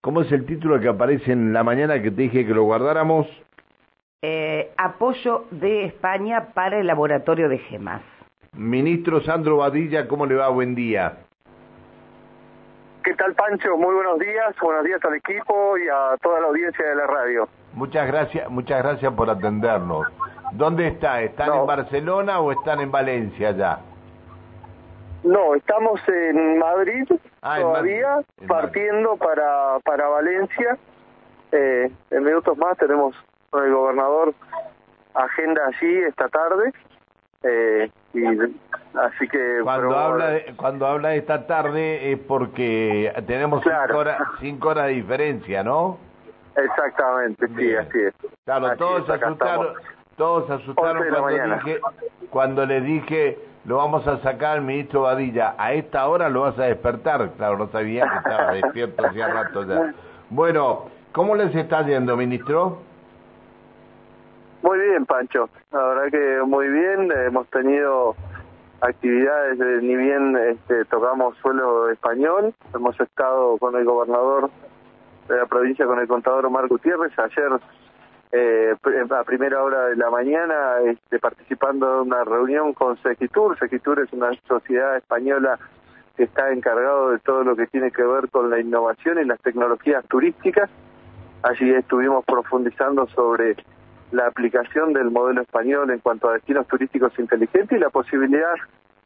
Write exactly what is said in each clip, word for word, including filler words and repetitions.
¿Cómo es el título que aparece en la mañana que te dije que lo guardáramos? Eh, apoyo de España para el laboratorio de gemas. Ministro Sandro Badilla, ¿cómo le va? Buen día. ¿Qué tal, Pancho? Muy buenos días, buenos días al equipo y a toda la audiencia de la radio. Muchas gracias, muchas gracias por atendernos. ¿Dónde está? ¿Están No. en Barcelona o están en Valencia ya? No, estamos en Madrid Ah, todavía, en Madrid. En partiendo para, para Valencia. Eh, en minutos más tenemos con el gobernador agenda allí esta tarde. Eh, y así que Cuando pero, habla de, cuando habla de esta tarde es porque tenemos claro. cinco horas, cinco horas de diferencia, ¿no? Exactamente, Bien. sí, así es. Claro, Así todos es, se acá asustaron, estamos. todos se asustaron once de la cuando mañana. dije, cuando le dije lo vamos a sacar al ministro Badilla. A esta hora lo vas a despertar. Claro, no sabía que estaba despierto hacía rato ya. Bueno, ¿cómo les está yendo, ministro? Muy bien, Pancho. La verdad que muy bien. Hemos tenido actividades, de, ni bien este, tocamos suelo español. Hemos estado con el gobernador de la provincia, con el contador Omar Gutiérrez. Ayer, eh, a primera hora de la mañana, este, participando de una reunión con Segitur. Segitur es una sociedad española que está encargado de todo lo que tiene que ver con la innovación y las tecnologías turísticas. Allí estuvimos profundizando sobre la aplicación del modelo español en cuanto a destinos turísticos inteligentes y la posibilidad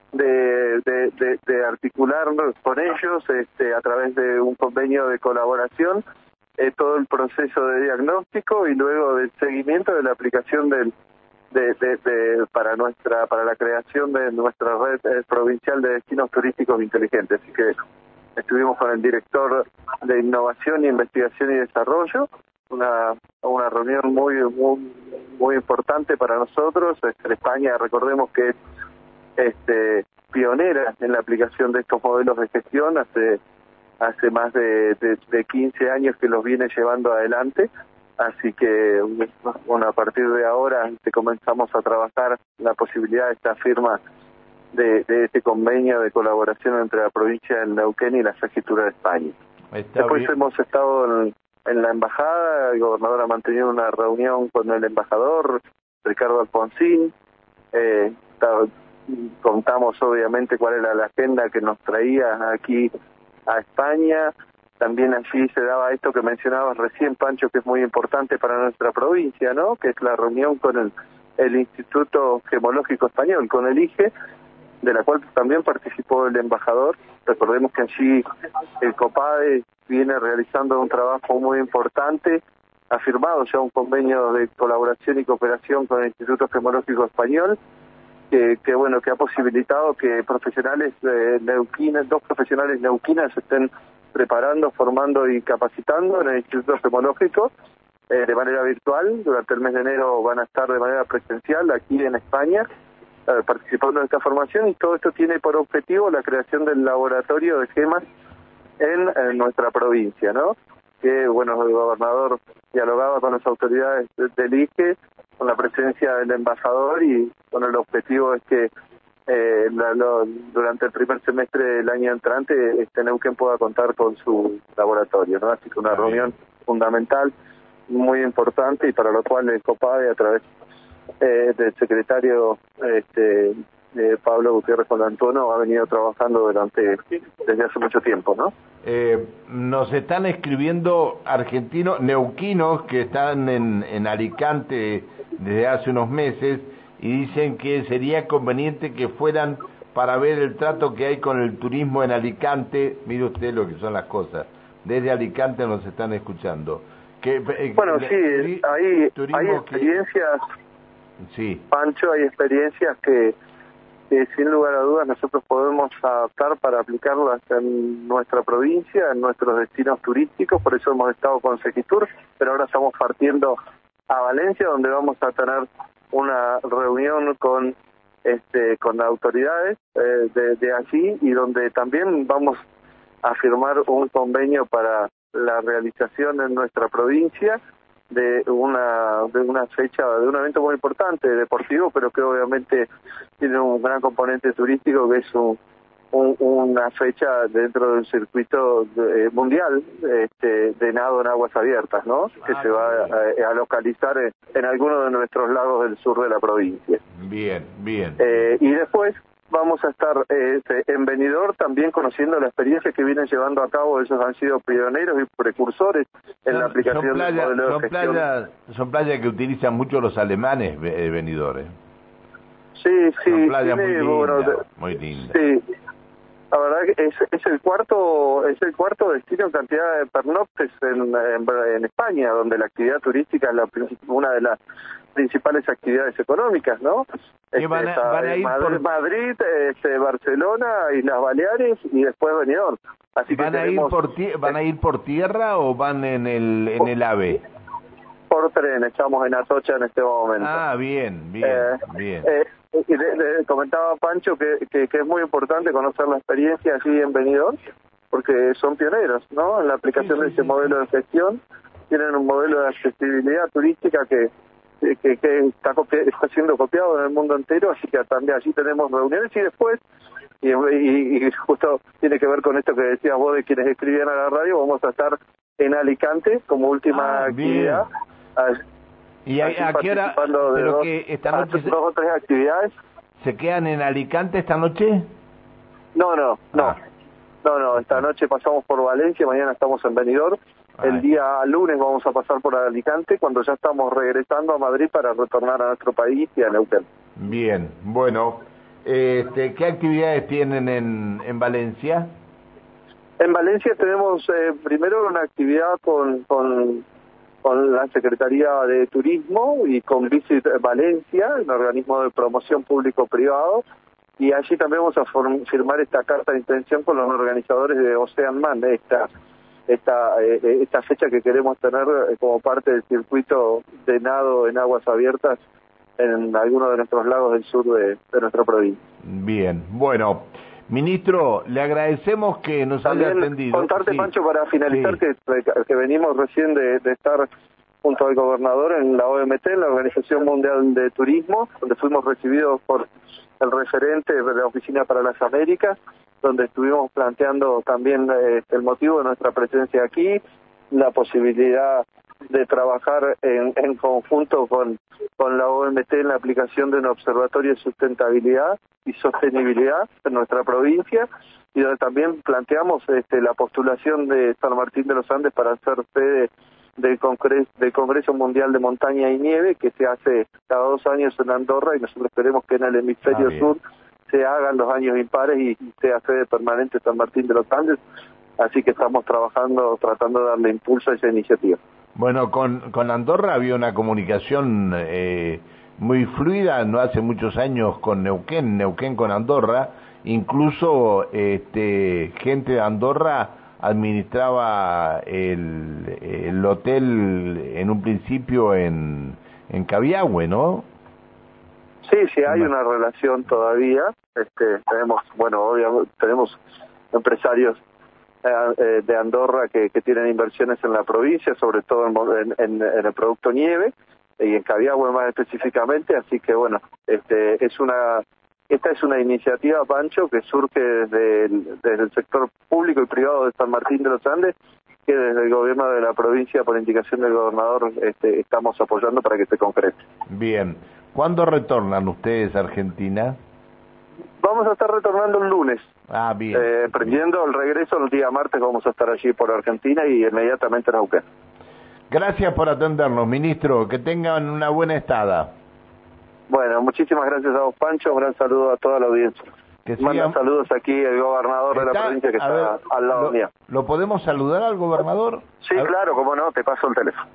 de, de, de, de articular con ellos este, a través de un convenio de colaboración eh, todo el proceso de diagnóstico y luego del seguimiento de la aplicación del de, de, de para nuestra para la creación de nuestra red eh, provincial de destinos turísticos inteligentes. Así que estuvimos con el director de Innovación, Investigación y Desarrollo, una una reunión muy muy muy importante para nosotros. En España, recordemos que es este pionera en la aplicación de estos modelos de gestión, hace hace más de, de, de quince años que los viene llevando adelante, así que bueno, a partir de ahora te comenzamos a trabajar la posibilidad de esta firma de, de este convenio de colaboración entre la provincia de Neuquén y la Segitura de España. Está Después bien. hemos estado en, en la embajada. El gobernador ha mantenido una reunión con el embajador Ricardo Alfonsín. Eh, está, contamos obviamente cuál era la agenda que nos traía aquí a España. También allí se daba esto que mencionabas recién, Pancho, que es muy importante para nuestra provincia, ¿no? Que es la reunión con el, el Instituto Gemológico Español, con el I G E, de la cual también participó el embajador. Recordemos que allí el COPADE viene realizando un trabajo muy importante, ha firmado ya un convenio de colaboración y cooperación con el Instituto Gemológico Español, que, que bueno, que ha posibilitado que profesionales eh, neuquinas, dos profesionales neuquinas se estén preparando, formando y capacitando en el Instituto Gemológico eh, de manera virtual. Durante el mes de enero van a estar de manera presencial aquí en España, eh, participando en esta formación, y todo esto tiene por objetivo la creación del laboratorio de gemas en, en nuestra provincia, ¿no? Que, bueno, el gobernador dialogaba con las autoridades del I G E, con la presencia del embajador, y con el objetivo es que eh, la, lo, durante el primer semestre del año entrante este Neuquén pueda contar con su laboratorio, ¿no? Así que una reunión fundamental, muy importante, y para lo cual el COPADE, a través eh, del secretario este, eh, Pablo Gutiérrez Colantuono, ha venido trabajando durante desde hace mucho tiempo, ¿no? Eh, nos están escribiendo argentinos, neuquinos, que están en, en Alicante desde hace unos meses, y dicen que sería conveniente que fueran para ver el trato que hay con el turismo en Alicante. Mire usted lo que son las cosas. Desde Alicante nos están escuchando. Que, eh, bueno, le, sí, turi, hay, hay experiencias, que... sí. Pancho, hay experiencias que que sin lugar a dudas nosotros podemos adaptar para aplicarlas en nuestra provincia, en nuestros destinos turísticos. Por eso hemos estado con Segitur, pero ahora estamos partiendo a Valencia, donde vamos a tener una reunión con este con autoridades eh, de, de allí, y donde también vamos a firmar un convenio para la realización en nuestra provincia de una de una fecha, de un evento muy importante, deportivo, pero que obviamente tiene un gran componente turístico, que es un, un, una fecha dentro del circuito de, mundial este, de nado en aguas abiertas, ¿no? Que ah, se va a, a localizar en, en alguno de nuestros lagos del sur de la provincia. Bien, bien. Eh, y después vamos a estar eh, en Benidorm también conociendo la experiencia que vienen llevando a cabo. Ellos han sido pioneros y precursores en son, la aplicación son playa, del modelo son de gestión. Playas, son playas que utilizan mucho los alemanes, eh, Benidorm. ¿eh? Sí, sí. Son playas tiene, muy lindas, bueno, muy lindas. Sí. La verdad que es, es el cuarto es el cuarto destino en cantidad de pernoctes en, en, en España, donde la actividad turística es la, una de las principales actividades económicas, ¿no? Este, van a, van a ir Madrid, por... Madrid este, Barcelona, Islas Baleares y después Benidorm. Así ¿Van, que a tenemos, ir por ti ¿Van a ir por tierra o van en el en el AVE? Por tren, estamos en Atocha en este momento. Ah, bien, bien, eh, bien. Eh, y le, le comentaba a Pancho que, que, que es muy importante conocer la experiencia allí en Benidorm, porque son pioneros, ¿no? En la aplicación sí, sí, de ese sí, modelo de gestión. Tienen un modelo de accesibilidad turística que que, que está, copi está siendo copiado en el mundo entero, así que también allí tenemos reuniones y después, y, y, y justo tiene que ver con esto que decías vos de quienes escribían a la radio, vamos a estar en Alicante como última ah, actividad. Bien. ¿Y a, a qué hora? ¿Pero dos, que esta noche dos o tres actividades? ¿Se quedan en Alicante esta noche? No, no, no. Ah. No, no, esta noche pasamos por Valencia, mañana estamos en Benidorm. El Ay. día lunes vamos a pasar por Alicante cuando ya estamos regresando a Madrid para retornar a nuestro país y a Neuquén. Bien, bueno. Este, ¿qué actividades tienen en, en Valencia? En Valencia tenemos eh, primero una actividad con, con, con la Secretaría de Turismo y con Visit Valencia, un organismo de promoción público-privado, y allí también vamos a firmar esta carta de intención con los organizadores de Ocean Man, esta esta eh, esta fecha que queremos tener como parte del circuito de nado en aguas abiertas en algunos de nuestros lagos del sur de, de nuestra provincia. Bien, bueno, ministro, le agradecemos que nos También haya atendido. Contarte, sí. Pancho, para finalizar, sí. que, que venimos recién de, de estar junto al gobernador en la O M T, en la Organización Mundial de Turismo, donde fuimos recibidos por el referente de la Oficina para las Américas, donde estuvimos planteando también eh, el motivo de nuestra presencia aquí, la posibilidad de trabajar en, en conjunto con, con la O M T en la aplicación de un observatorio de sustentabilidad y sostenibilidad en nuestra provincia, y donde también planteamos este, la postulación de San Martín de los Andes para ser sede del Congreso, del Congreso Mundial de Montaña y Nieve, que se hace cada dos años en Andorra, y nosotros esperemos que en el hemisferio ah, sur se hagan los años impares y sea sede permanente San Martín de los Andes, así que estamos trabajando, tratando de darle impulso a esa iniciativa. Bueno, con, con Andorra había una comunicación eh, muy fluida, no hace muchos años con Neuquén, Neuquén con Andorra, incluso este, gente de Andorra administraba el, el hotel en un principio en, en Cabiahue, ¿no? Sí, sí, hay una relación todavía. Este, tenemos, bueno, obviamente, tenemos empresarios eh, de Andorra que, que tienen inversiones en la provincia, sobre todo en, en, en el producto nieve y en Cabiahue más específicamente. Así que bueno, este, es una esta es una iniciativa, Pancho, que surge desde el, desde el sector público y privado de San Martín de los Andes, que desde el gobierno de la provincia, por indicación del gobernador, este, estamos apoyando para que se concrete. Bien. ¿Cuándo retornan ustedes a Argentina? Vamos a estar retornando el lunes. Ah, bien. Eh, prendiendo el regreso el día martes, vamos a estar allí por Argentina y inmediatamente en Neuquén. Gracias por atendernos, ministro. Que tengan una buena estada. Bueno, muchísimas gracias a vos, Pancho. Un gran saludo a toda la audiencia. Que Manda sigan... saludos aquí el gobernador está, de la provincia que está ver, al lado lo, mío. ¿Lo podemos saludar al gobernador? Sí, claro, cómo no, te paso el teléfono.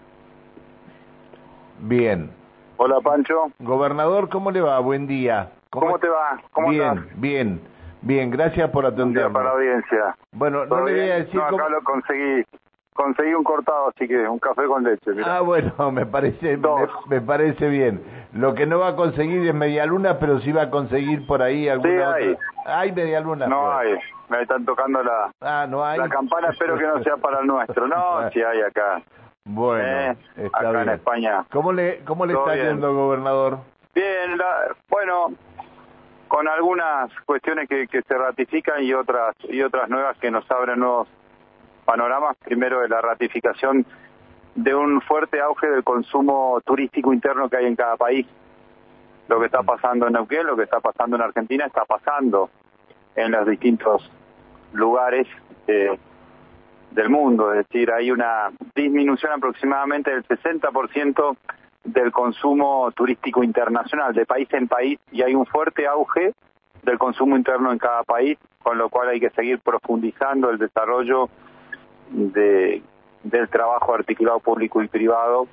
Bien. Hola, Pancho. Gobernador, ¿cómo le va? Buen día. ¿Cómo, ¿Cómo te va? ¿Cómo bien, estás? bien, bien. Gracias por atendernos. Un día para la audiencia. Bueno, no le voy a decir no, acá cómo... lo conseguí. Conseguí un cortado, así que un café con leche. Mirá. Ah, bueno, me parece me, me parece bien. Lo que no va a conseguir es medialuna, pero sí va a conseguir por ahí alguna sí, otra. Hay. ¿Hay medialuna? No pues. hay. Me están tocando la, ah, ¿no hay? la campana, espero que no sea para el nuestro. No, sí hay acá. Bueno, eh, está acá bien. en España. ¿Cómo le, cómo le está bien. yendo, gobernador? Bien, la, bueno, con algunas cuestiones que, que se ratifican y otras y otras nuevas que nos abren nuevos panoramas. Primero, de la ratificación de un fuerte auge del consumo turístico interno que hay en cada país. Lo que está pasando en Neuquén, lo que está pasando en Argentina, está pasando en los distintos lugares eh, del mundo. Es decir, hay una disminución aproximadamente del sesenta por ciento del consumo turístico internacional, de país en país, y hay un fuerte auge del consumo interno en cada país, con lo cual hay que seguir profundizando el desarrollo de, del trabajo articulado público y privado,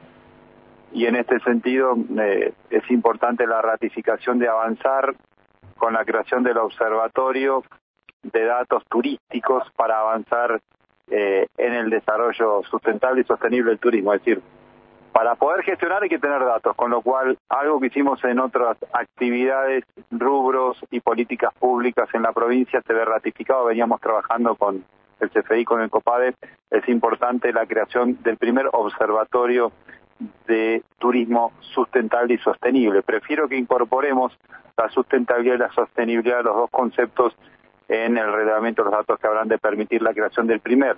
y en este sentido eh, es importante la ratificación de avanzar con la creación del observatorio de datos turísticos para avanzar eh, en el desarrollo sustentable y sostenible del turismo. Es decir, para poder gestionar hay que tener datos, con lo cual algo que hicimos en otras actividades, rubros y políticas públicas en la provincia se ve ratificado. Veníamos trabajando con el C F I, con el COPADE. Es importante la creación del primer observatorio de turismo sustentable y sostenible. Prefiero que incorporemos la sustentabilidad y la sostenibilidad, los dos conceptos, en el reglamento de los datos que habrán de permitir la creación del primer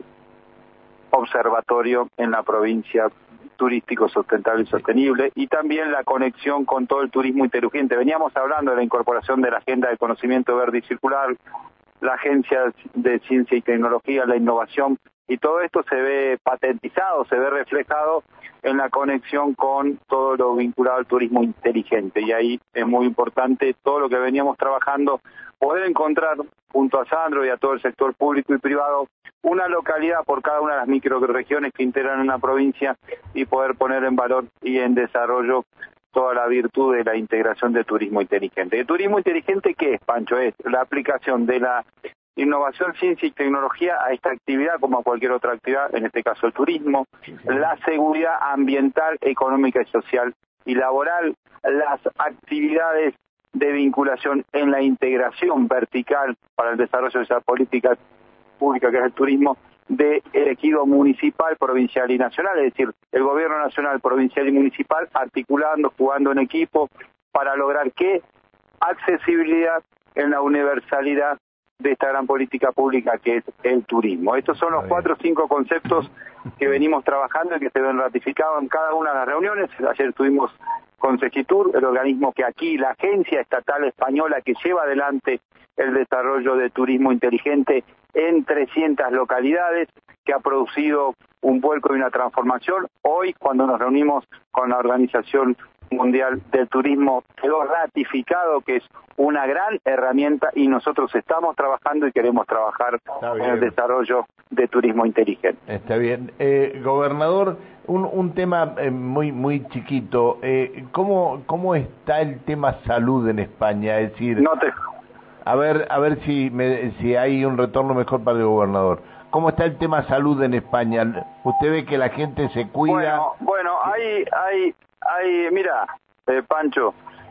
observatorio en la provincia turístico sustentable y sostenible, y también la conexión con todo el turismo inteligente. Veníamos hablando de la incorporación de la Agenda de Conocimiento Verde y Circular, la Agencia de Ciencia y Tecnología, la innovación, y todo esto se ve patentizado, se ve reflejado en la conexión con todo lo vinculado al turismo inteligente, y ahí es muy importante todo lo que veníamos trabajando, poder encontrar junto a Sandro y a todo el sector público y privado una localidad por cada una de las microrregiones que integran una provincia y poder poner en valor y en desarrollo toda la virtud de la integración de turismo inteligente. ¿El turismo inteligente qué es, Pancho? Es la aplicación de la innovación, ciencia y tecnología a esta actividad como a cualquier otra actividad, en este caso el turismo, la seguridad ambiental, económica y social y laboral, las actividades de vinculación en la integración vertical para el desarrollo de esa política pública que es el turismo, de ejido municipal, provincial y nacional, es decir, el gobierno nacional, provincial y municipal articulando, jugando en equipo para lograr que accesibilidad en la universalidad de esta gran política pública que es el turismo. Estos son los cuatro o cinco conceptos que venimos trabajando y que se ven ratificados en cada una de las reuniones. Ayer tuvimos con Segitur, el organismo que aquí, la agencia estatal española que lleva adelante el desarrollo de turismo inteligente en trescientas localidades, que ha producido un vuelco y una transformación. Hoy, cuando nos reunimos con la Organización Mundial del Turismo, quedó ratificado que es una gran herramienta y nosotros estamos trabajando y queremos trabajar en el desarrollo de turismo inteligente. Está bien. Eh, gobernador, un, un tema eh, muy muy chiquito. Eh, ¿cómo, ¿Cómo está el tema salud en España? Es decir, no te... a ver a ver si, me, si hay un retorno mejor para el gobernador. ¿Cómo está el tema salud en España? ¿Usted ve que la gente se cuida? Bueno, bueno hay... hay Hay, mira, eh, Pancho,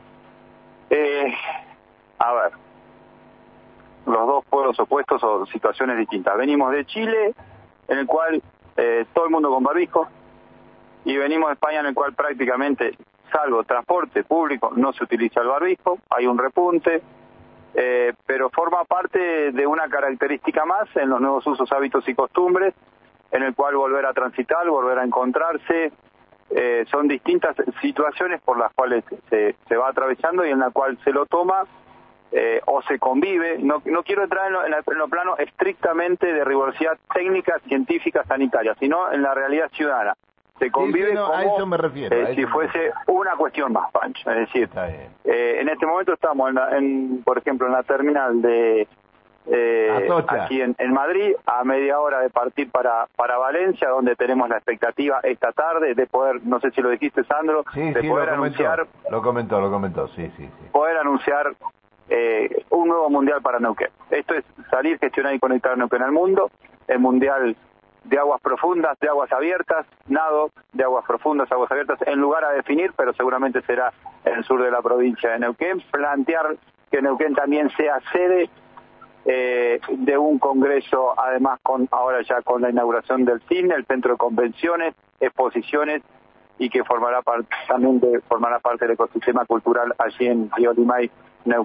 eh, a ver, los dos pueblos opuestos o situaciones distintas. Venimos de Chile, en el cual eh, todo el mundo con barbijo, y venimos de España, en el cual prácticamente, salvo transporte público, no se utiliza el barbijo, hay un repunte, eh, pero forma parte de una característica más en los nuevos usos, hábitos y costumbres, en el cual volver a transitar, volver a encontrarse. Eh, son distintas situaciones por las cuales se, se va atravesando y en la cual se lo toma eh, o se convive. No, no quiero entrar en lo, en, la, en lo plano estrictamente de rigurosidad técnica, científica, sanitaria, sino en la realidad ciudadana. Se convive sí, sí, no, como a eso me refiero, eh, si fuese una cuestión más, Pancho. Es decir, eh, en este momento estamos, en, la, en por ejemplo, en la terminal de... Eh, aquí en, en Madrid, a media hora de partir para para Valencia, donde tenemos la expectativa esta tarde de poder, no sé si lo dijiste, Sandro, sí, de sí, poder lo anunciar, comentó, lo comentó, lo comentó, sí, sí, sí. poder anunciar eh, un nuevo mundial para Neuquén. Esto es salir, gestionar y conectar Neuquén al mundo, el mundial de aguas profundas, de aguas abiertas, nado de aguas profundas, aguas abiertas, en lugar a definir, pero seguramente será en el sur de la provincia de Neuquén, plantear que Neuquén también sea sede Eh, de un congreso, además con ahora ya con la inauguración del cine, el centro de convenciones, exposiciones, y que formará parte también de formará parte del ecosistema cultural allí en Río Limay, Neuquén,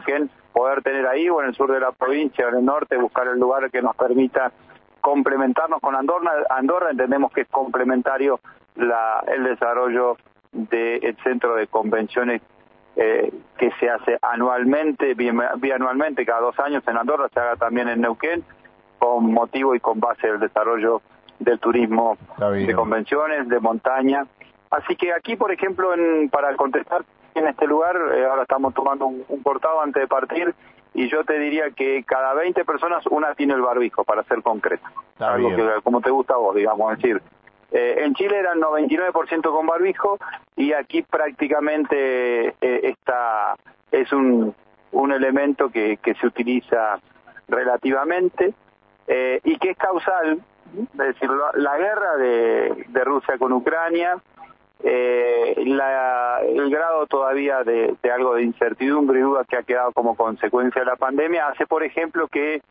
poder tener ahí o en el sur de la provincia o en el norte, buscar el lugar que nos permita complementarnos con Andorra. Andorra entendemos que es complementario la, el desarrollo del centro de convenciones eh, que se hace anualmente, bianualmente, cada dos años en Andorra, se haga también en Neuquén, con motivo y con base del desarrollo del turismo de convenciones, de montaña. Así que aquí, por ejemplo, en, para contestar en este lugar, eh, ahora estamos tomando un, un cortado antes de partir, y yo te diría que cada veinte personas una tiene el barbijo, para ser concreto. Está Algo bien. que como te gusta a vos, digamos, es decir, eh, en Chile eran noventa y nueve por ciento con barbijo, y aquí prácticamente eh, esta es un, un elemento que, que se utiliza relativamente, eh, y que es causal, es decir, la, la guerra de, de Rusia con Ucrania, eh, la, el grado todavía de, de algo de incertidumbre y duda que ha quedado como consecuencia de la pandemia, hace, por ejemplo, que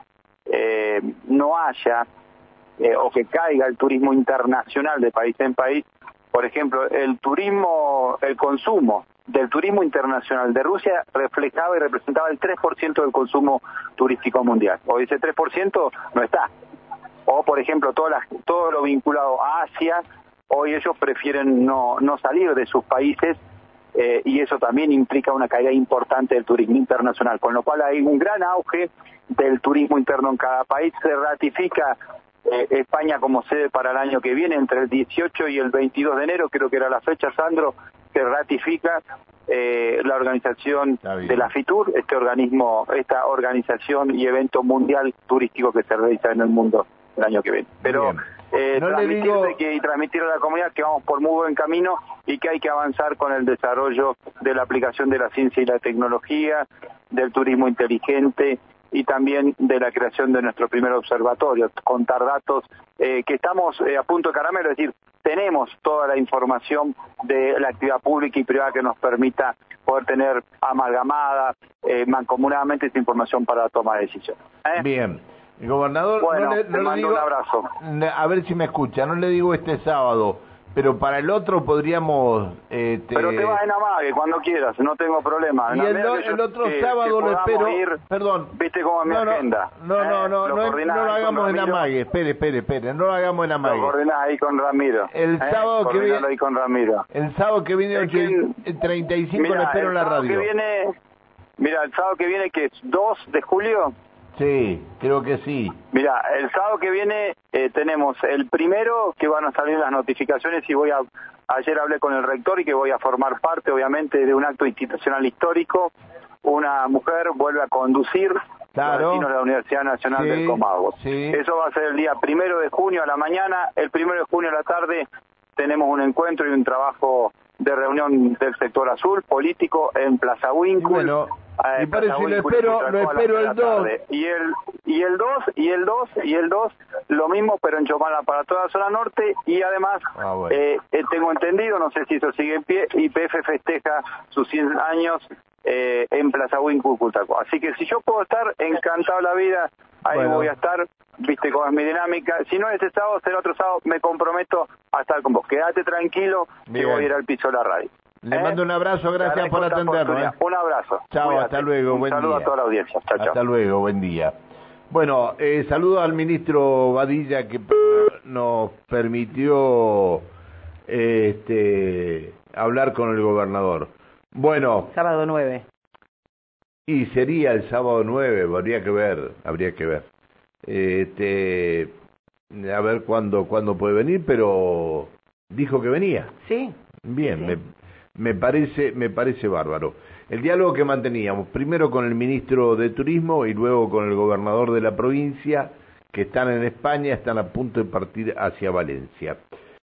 eh, no haya eh, o que caiga el turismo internacional de país en país. Por ejemplo, el turismo, el consumo del turismo internacional de Rusia reflejaba y representaba el tres por ciento del consumo turístico mundial. Hoy ese tres por ciento no está. O, por ejemplo, todo, la, todo lo vinculado a Asia, hoy ellos prefieren no, no salir de sus países, eh, y eso también implica una caída importante del turismo internacional, con lo cual hay un gran auge del turismo interno en cada país. Se ratifica eh, España como sede para el año que viene, entre el dieciocho y el veintidós de enero, creo que era la fecha, Sandro, se ratifica eh, la organización de la FITUR, este organismo, esta organización y evento mundial turístico que se realiza en el mundo el año que viene. Pero eh, no transmitirle digo... que, y transmitir a la comunidad que vamos por muy buen camino y que hay que avanzar con el desarrollo de la aplicación de la ciencia y la tecnología, del turismo inteligente y también de la creación de nuestro primer observatorio, contar datos, eh, que estamos eh, a punto de caramelo, es decir, tenemos toda la información de la actividad pública y privada que nos permita poder tener amalgamada, eh, mancomunadamente esta información para la toma de decisiones. ¿Eh? Bien. Gobernador, bueno, no le, te no mando le digo, un abrazo. A ver si me escucha, no le digo este sábado, pero para el otro podríamos... Este... Pero te vas en Amague cuando quieras, no tengo problema. Y el, no, el yo, otro que, sábado que lo espero... Ir, perdón. Viste cómo es mi no, no, agenda. No, no, ¿eh? no, lo no, no lo hagamos en Amague, espere, espere, espere, no lo hagamos en Amague. Lo coordinás ahí con Ramiro. El ¿eh? sábado que viene... ahí con Ramiro. El sábado que viene, el, que, el treinta y cinco, lo espero en la radio. Que viene, mira, el sábado que viene, que es dos de julio... Sí, creo que sí. Mira, el sábado que viene eh, tenemos el primero, que van a salir las notificaciones, y voy a... Ayer hablé con el rector y que voy a formar parte, obviamente, de un acto institucional histórico. Una mujer vuelve a conducir claro. los destinos de la Universidad Nacional sí, del Comahue. Sí. Eso va a ser el día primero de junio a la mañana. El primero de junio a la tarde tenemos un encuentro y un trabajo de reunión del sector azul, político, en Plaza Winkle. Bueno, y parece que lo espero, lo espero el dos. Y el y el dos, y el dos, y el dos, lo mismo, pero en Chomala para toda la zona norte, y además, ah, bueno. eh, eh, tengo entendido, no sé si eso sigue en pie, Y P F festeja sus cien años eh, en Plaza Winkle, Cutaco. Así que si yo puedo estar, encantado la vida, ahí bueno. voy a estar, viste cómo es mi dinámica. Si no es este sábado, será otro sábado, me comprometo a estar con vos. Quédate tranquilo, Bien. que voy a ir al piso de la radio. Le ¿Eh? mando un abrazo, gracias por atendernos. ¿eh? Un abrazo. Chao, Cuídate. hasta luego, un buen saludo día. a toda la audiencia. Chao, hasta chao. luego, buen día. Bueno, eh, saludo al ministro Badilla que nos permitió eh, este, hablar con el gobernador. Bueno. Sábado nueve. Y sería el sábado nueve, habría que ver, habría que ver. Este, a ver cuándo, cuándo puede venir, pero dijo que venía. Sí. Bien, sí. Me, me parece, me parece bárbaro. El diálogo que manteníamos, primero con el ministro de Turismo y luego con el gobernador de la provincia, que están en España, están a punto de partir hacia Valencia.